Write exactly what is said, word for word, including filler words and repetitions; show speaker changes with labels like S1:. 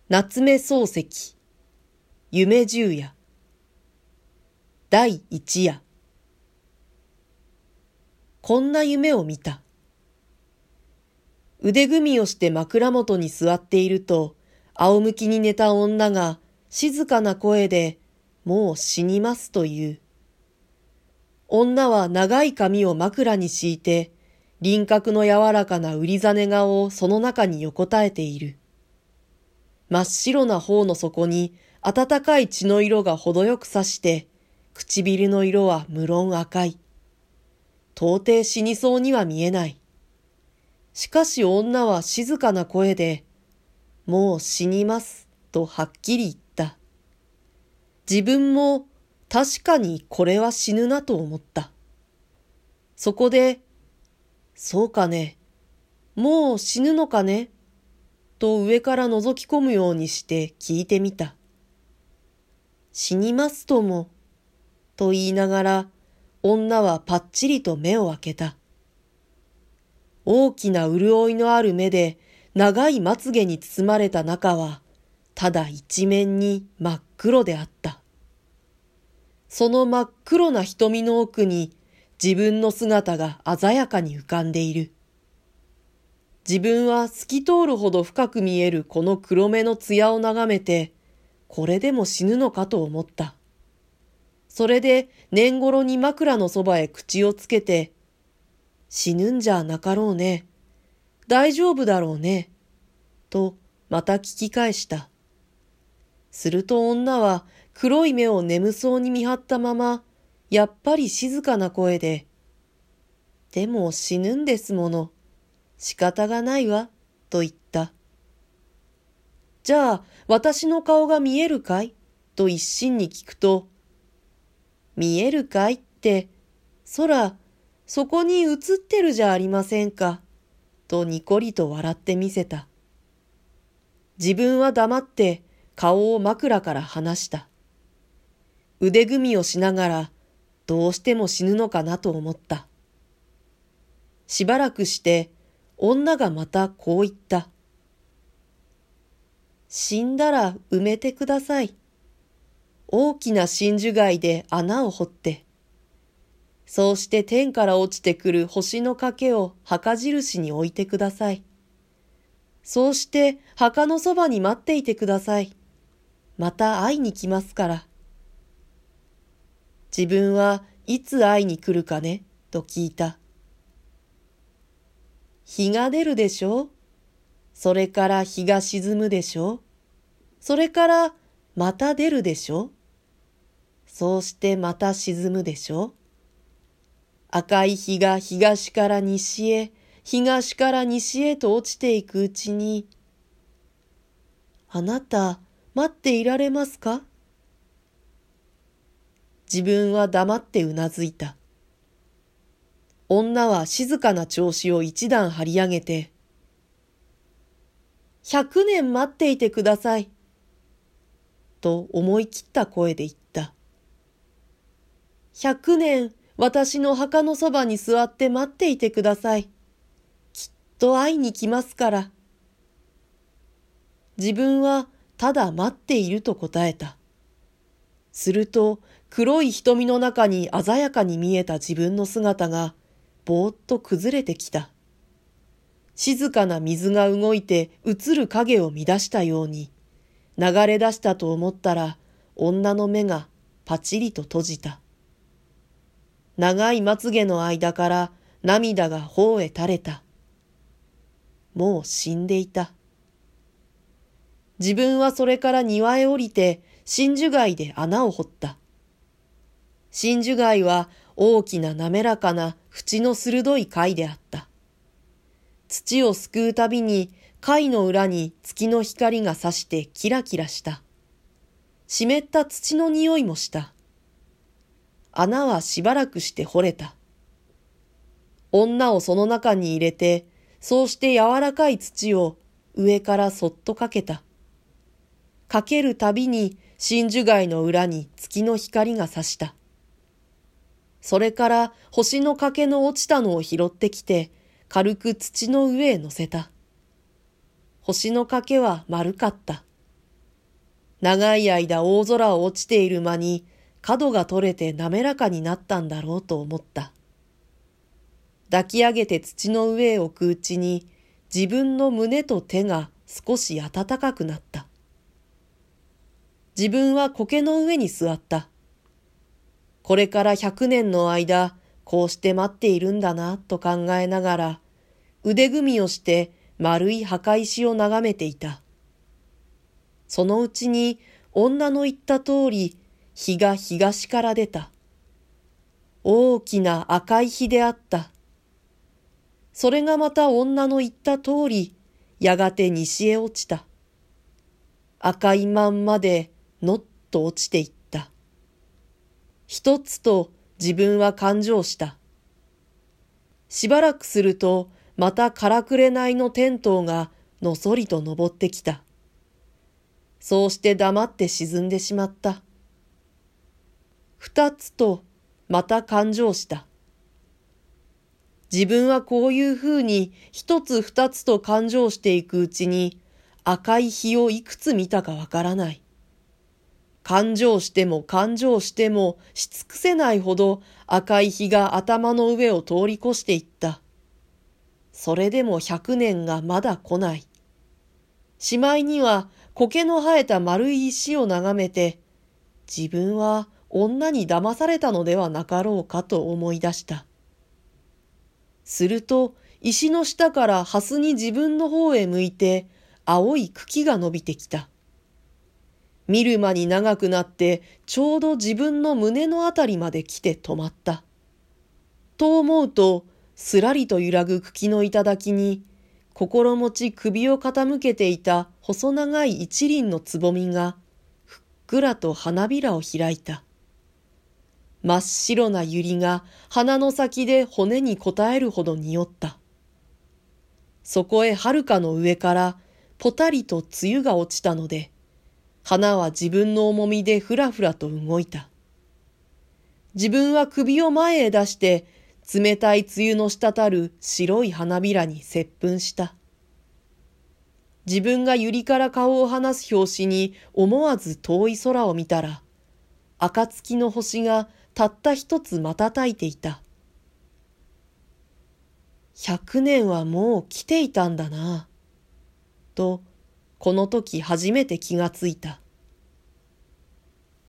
S1: 夏目漱石、夢十夜、第一夜。こんな夢を見た。腕組みをして枕元に座っていると、仰向きに寝た女が静かな声で、もう死にますと言う。女は長い髪を枕に敷いて、輪郭の柔らかな瓜ざね顔をその中に横たえている。真っ白な頬の底に暖かい血の色が程よく差して、唇の色は無論赤い。到底死にそうには見えない。しかし女は静かな声で、もう死にますとはっきり言った。自分も確かにこれは死ぬなと思った。そこで、そうかね、もう死ぬのかねと上から覗き込むようにして聞いてみた。死にますとも、と言いながら、女はぱっちりと目を開けた。大きな潤いのある目で長いまつげに包まれた中は、ただ一面に真っ黒であった。その真っ黒な瞳の奥に自分の姿が鮮やかに浮かんでいる。自分は透き通るほど深く見えるこの黒目の艶を眺めて、これでも死ぬのかと思った。それで年頃に枕のそばへ口をつけて、死ぬんじゃなかろうね。大丈夫だろうね。とまた聞き返した。すると女は黒い目を眠そうに見張ったまま、やっぱり静かな声で、でも死ぬんですもの。仕方がないわ、と言った。じゃあ、私の顔が見えるかいと一心に聞くと、見えるかいって、空、そこに映ってるじゃありませんか、とにこりと笑ってみせた。自分は黙って顔を枕から離した。腕組みをしながら、どうしても死ぬのかなと思った。しばらくして、女がまたこう言った。死んだら埋めてください。大きな真珠貝で穴を掘って。そうして天から落ちてくる星の賭けを墓印に置いてください。そうして墓のそばに待っていてください。また会いに来ますから。自分はいつ会いに来るかねと聞いた。日が出るでしょう。それから日が沈むでしょう。それからまた出るでしょう。そうしてまた沈むでしょう。赤い日が東から西へ、東から西へと落ちていくうちに、あなた待っていられますか？自分は黙ってうなずいた。女は静かな調子を一段張り上げて、百年待っていてください。と思い切った声で言った。百年私の墓のそばに座って待っていてください。きっと会いに来ますから。自分はただ待っていると答えた。すると黒い瞳の中に鮮やかに見えた自分の姿がぼーっと崩れてきた。静かな水が動いて映る影を乱したように、流れ出したと思ったら女の目がパチリと閉じた。長いまつげの間から涙が頬へ垂れた。もう死んでいた。自分はそれから庭へ降りて真珠貝で穴を掘った。真珠貝は大きな滑らかな縁の鋭い貝であった。土をすくうたびに貝の裏に月の光が差してキラキラした。湿った土の匂いもした。穴はしばらくして掘れた。女をその中に入れて、そうして柔らかい土を上からそっとかけた。かけるたびに真珠貝の裏に月の光が差した。それから星の賭けの落ちたのを拾ってきて、軽く土の上へ乗せた。星の賭けは丸かった。 長い間大空を落ちている間に角が取れて滑らかになったんだろうと思った。抱き上げて土の上へ置くうちに自分の胸と手が少し暖かくなった。自分は苔の上に座った。これから百年の間、こうして待っているんだなと考えながら、腕組みをして丸い墓石を眺めていた。そのうちに女の言った通り、日が東から出た。大きな赤い日であった。それがまた女の言った通り、やがて西へ落ちた。赤いまんまでのっと落ちていった。一つと自分は感情した。しばらくすると、またからくれないの天灯がのそりと登ってきた。そうして黙って沈んでしまった。二つとまた感情した。自分はこういうふうに一つ二つと感情していくうちに赤い日をいくつ見たかわからない。感情しても感情してもし尽くせないほど赤い日が頭の上を通り越していった。それでも百年がまだ来ない。しまいには苔の生えた丸い石を眺めて、自分は女に騙されたのではなかろうかと思い出した。すると石の下からハスに自分の方へ向いて青い茎が伸びてきた。見る間に長くなってちょうど自分の胸のあたりまで来て止まった。と思うとすらりと揺らぐ茎の頂に心持ち首を傾けていた細長い一輪のつぼみがふっくらと花びらを開いた。真っ白な百合が鼻の先で骨に応えるほど匂った。そこへ遥かの上からぽたりと露が落ちたので、花は自分の重みでふらふらと動いた。自分は首を前へ出して冷たい露の滴る白い花びらに接吻した。自分が百合から顔を離す拍子に思わず遠い空を見たら、暁の星がたった一つ瞬いていた。百年はもう来ていたんだな、と、この時初めて気がついた。